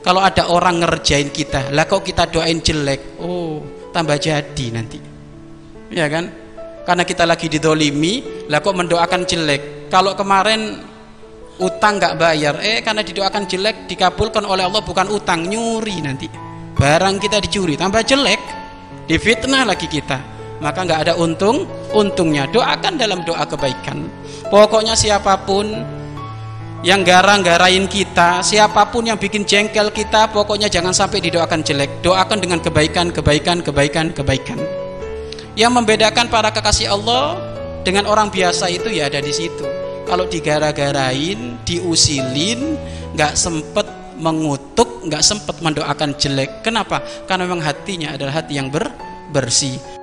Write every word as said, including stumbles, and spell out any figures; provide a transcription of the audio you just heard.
Kalau ada orang ngerjain kita, lah kok kita doain jelek, oh tambah jadi nanti, ya kan? Karena kita lagi didolimi, lah kok mendoakan jelek. Kalau kemarin utang nggak bayar, eh karena didoakan jelek dikabulkan oleh Allah, bukan utang, nyuri nanti. Barang kita dicuri, tambah jelek, difitnah lagi kita. Maka nggak ada untung, untungnya. Doakan dalam doa kebaikan. Pokoknya siapapun yang garang-garain kita, siapapun yang bikin jengkel kita, pokoknya jangan sampai didoakan jelek. Doakan dengan kebaikan, kebaikan, kebaikan, kebaikan. Yang membedakan para kekasih Allah dengan orang biasa itu ya ada di situ. Kalau digara-garain, diusilin, nggak sempet mengutuk, nggak sempet mendoakan jelek. Kenapa? Karena memang hatinya adalah hati yang ber, bersih.